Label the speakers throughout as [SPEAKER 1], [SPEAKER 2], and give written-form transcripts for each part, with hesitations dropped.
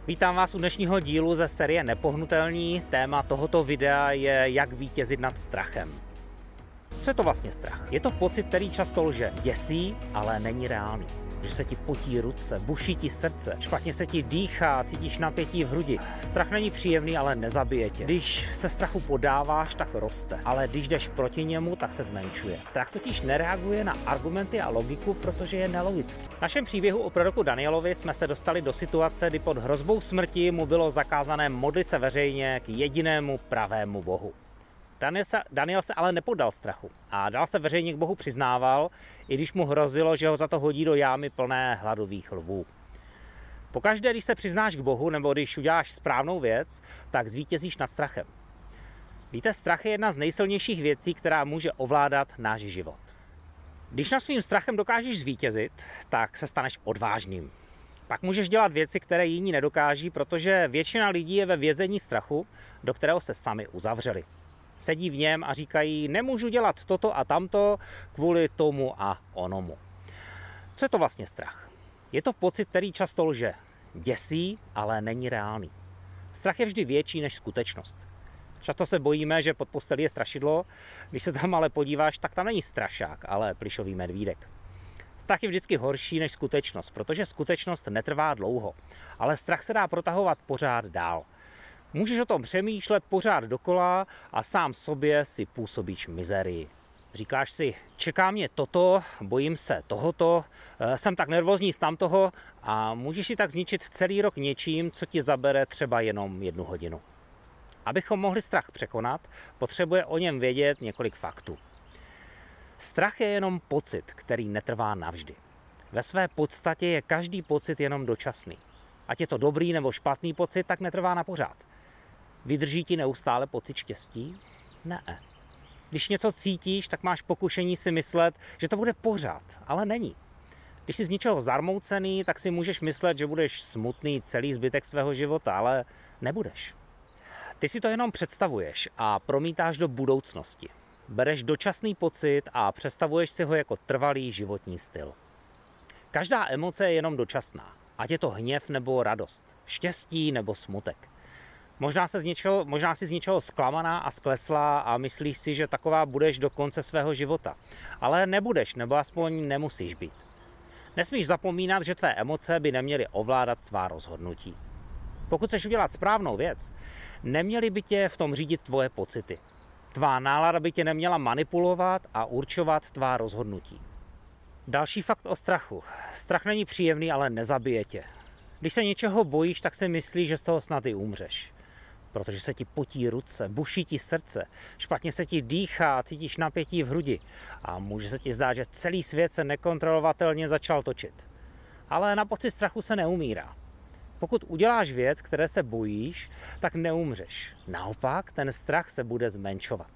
[SPEAKER 1] Vítám vás u dnešního dílu ze série Nepohnutelní. Téma tohoto videa je, jak vítězit nad strachem. Co je to vlastně strach? Je to pocit, který často lže. Děsí, ale není reálný. Že se ti potí ruce, buší ti srdce, špatně se ti dýchá, cítíš napětí v hrudi. Strach není příjemný, ale nezabije tě. Když se strachu podáváš, tak roste, ale když jdeš proti němu, tak se zmenšuje. Strach totiž nereaguje na argumenty a logiku, protože je nelogický. V našem příběhu o proroku Danielovi jsme se dostali do situace, kdy pod hrozbou smrti mu bylo zakázané modlit se veřejně k jedinému pravému Bohu. Daniel se ale nepodal strachu a dál se veřejně k Bohu přiznával, i když mu hrozilo, že ho za to hodí do jámy plné hladových lvů. Pokaždé, když se přiznáš k Bohu nebo když uděláš správnou věc, tak zvítězíš nad strachem. Víte, strach je jedna z nejsilnějších věcí, která může ovládat náš život. Když nad svým strachem dokážeš zvítězit, tak se staneš odvážným. Pak můžeš dělat věci, které jiní nedokáží, protože většina lidí je ve vězení strachu, do kterého se sami uzavřeli. Sedí v něm a říkají, nemůžu dělat toto a tamto kvůli tomu a onomu. Co je to vlastně strach? Je to pocit, který často lže. Děsí, ale není reálný. Strach je vždy větší než skutečnost. Často se bojíme, že pod postelí je strašidlo, když se tam ale podíváš, tak tam není strašák, ale plyšový medvídek. Strach je vždycky horší než skutečnost, protože skutečnost netrvá dlouho, ale strach se dá protahovat pořád dál. Můžeš o tom přemýšlet pořád dokola a sám sobě si působíš mizerii. Říkáš si, čeká mě toto, bojím se tohoto, jsem tak nervózní z tamtoho a můžeš si tak zničit celý rok něčím, co ti zabere třeba jenom 1 hodinu. Abychom mohli strach překonat, potřebuje o něm vědět několik faktů. Strach je jenom pocit, který netrvá navždy. Ve své podstatě je každý pocit jenom dočasný. Ať je to dobrý nebo špatný pocit, tak netrvá na pořád. Vydrží ti neustále pocit štěstí? Ne. Když něco cítíš, tak máš pokušení si myslet, že to bude pořád, ale není. Když jsi z ničeho zarmoucený, tak si můžeš myslet, že budeš smutný celý zbytek svého života, ale nebudeš. Ty si to jenom představuješ a promítáš do budoucnosti. Bereš dočasný pocit a představuješ si ho jako trvalý životní styl. Každá emoce je jenom dočasná, ať je to hněv nebo radost, štěstí nebo smutek. Možná jsi z něčeho zklamaná a skleslá a myslíš si, že taková budeš do konce svého života. Ale nebudeš, nebo aspoň nemusíš být. Nesmíš zapomínat, že tvé emoce by neměly ovládat tvá rozhodnutí. Pokud chceš udělat správnou věc, neměly by tě v tom řídit tvoje pocity. Tvá nálada by tě neměla manipulovat a určovat tvá rozhodnutí. Další fakt o strachu. Strach není příjemný, ale nezabije tě. Když se něčeho bojíš, tak si myslíš, že z toho snad i umřeš. Protože se ti potí ruce, buší ti srdce, špatně se ti dýchá, cítíš napětí v hrudi a může se ti zdát, že celý svět se nekontrolovatelně začal točit. Ale na pocit strachu se neumírá. Pokud uděláš věc, které se bojíš, tak neumřeš. Naopak, ten strach se bude zmenšovat.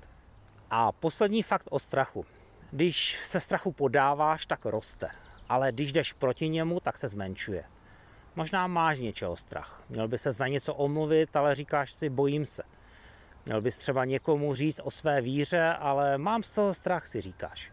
[SPEAKER 1] A poslední fakt o strachu. Když se strachu podáváš, tak roste, ale když jdeš proti němu, tak se zmenšuje. Možná máš z něčeho strach. Měl by se za něco omluvit, ale říkáš si, bojím se. Měl bys třeba někomu říct o své víře, ale mám z toho strach, si říkáš.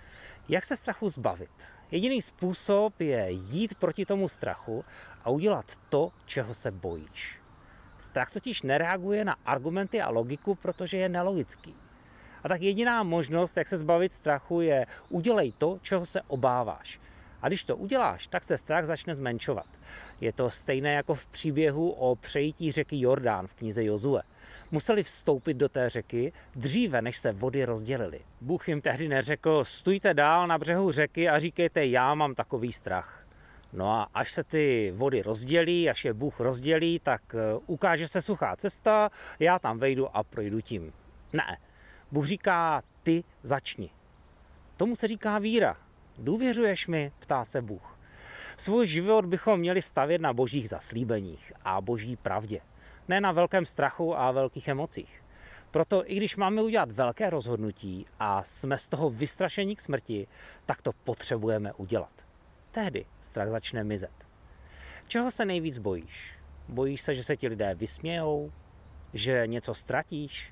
[SPEAKER 1] Jak se strachu zbavit? Jediný způsob je jít proti tomu strachu a udělat to, čeho se bojíš. Strach totiž nereaguje na argumenty a logiku, protože je nelogický. A tak jediná možnost, jak se zbavit strachu, je udělej to, čeho se obáváš. A když to uděláš, tak se strach začne zmenšovat. Je to stejné jako v příběhu o přejítí řeky Jordán v knize Jozue. Museli vstoupit do té řeky dříve, než se vody rozdělily. Bůh jim tehdy neřekl, stůjte dál na břehu řeky a říkejte, já mám takový strach. No a až se ty vody rozdělí, až je Bůh rozdělí, tak ukáže se suchá cesta, já tam vejdu a projdu tím. Ne, Bůh říká, ty začni. Tomu se říká víra. Důvěřuješ mi? Ptá se Bůh. Svůj život bychom měli stavět na božích zaslíbeních a boží pravdě. Ne na velkém strachu a velkých emocích. Proto i když máme udělat velké rozhodnutí a jsme z toho vystrašení k smrti, tak to potřebujeme udělat. Tehdy strach začne mizet. Čeho se nejvíc bojíš? Bojíš se, že se ti lidé vysmějou? Že něco ztratíš?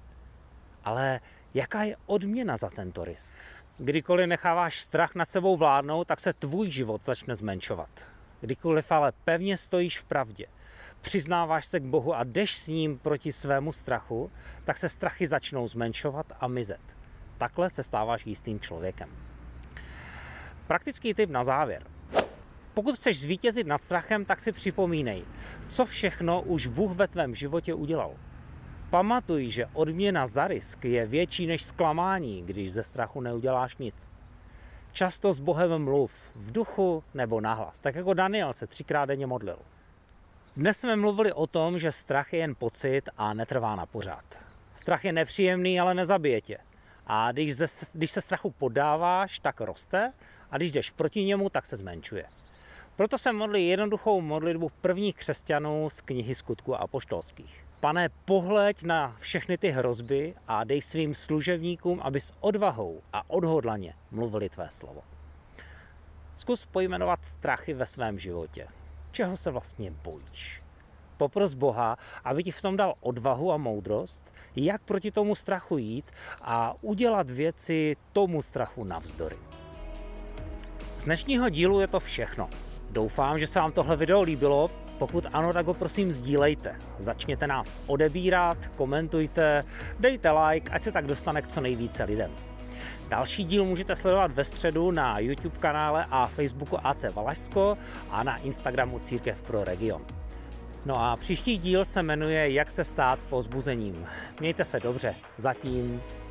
[SPEAKER 1] Ale jaká je odměna za tento risk? Kdykoliv necháváš strach nad sebou vládnout, tak se tvůj život začne zmenšovat. Kdykoliv ale pevně stojíš v pravdě, přiznáváš se k Bohu a jdeš s ním proti svému strachu, tak se strachy začnou zmenšovat a mizet. Takhle se stáváš jistým člověkem. Praktický tip na závěr. Pokud chceš zvítězit nad strachem, tak si připomínej, co všechno už Bůh ve tvém životě udělal. Pamatuj, že odměna za risk je větší než zklamání, když ze strachu neuděláš nic. Často s Bohem mluv, v duchu nebo nahlas, tak jako Daniel se 3krát denně modlil. Dnes jsme mluvili o tom, že strach je jen pocit a netrvá na pořád. Strach je nepříjemný, ale nezabije tě. A když se strachu poddáváš, tak roste a když jdeš proti němu, tak se zmenšuje. Proto se modlí jednoduchou modlitbu prvních křesťanů z knihy Skutků apoštolských. Pane, pohleď na všechny ty hrozby a dej svým služebníkům, aby s odvahou a odhodlaně mluvili tvé slovo. Zkus pojmenovat strachy ve svém životě. Čeho se vlastně bojíš? Popros Boha, aby ti v tom dal odvahu a moudrost, jak proti tomu strachu jít a udělat věci tomu strachu navzdory. Z dnešního dílu je to všechno. Doufám, že se vám tohle video líbilo. Pokud ano, tak ho prosím sdílejte. Začněte nás odebírat, komentujte, dejte like, ať se tak dostane k co nejvíce lidem. Další díl můžete sledovat ve středu na YouTube kanále a Facebooku AC Valašsko a na Instagramu Církev pro region. No a příští díl se jmenuje Jak se stát povzbuzením. Mějte se dobře. Zatím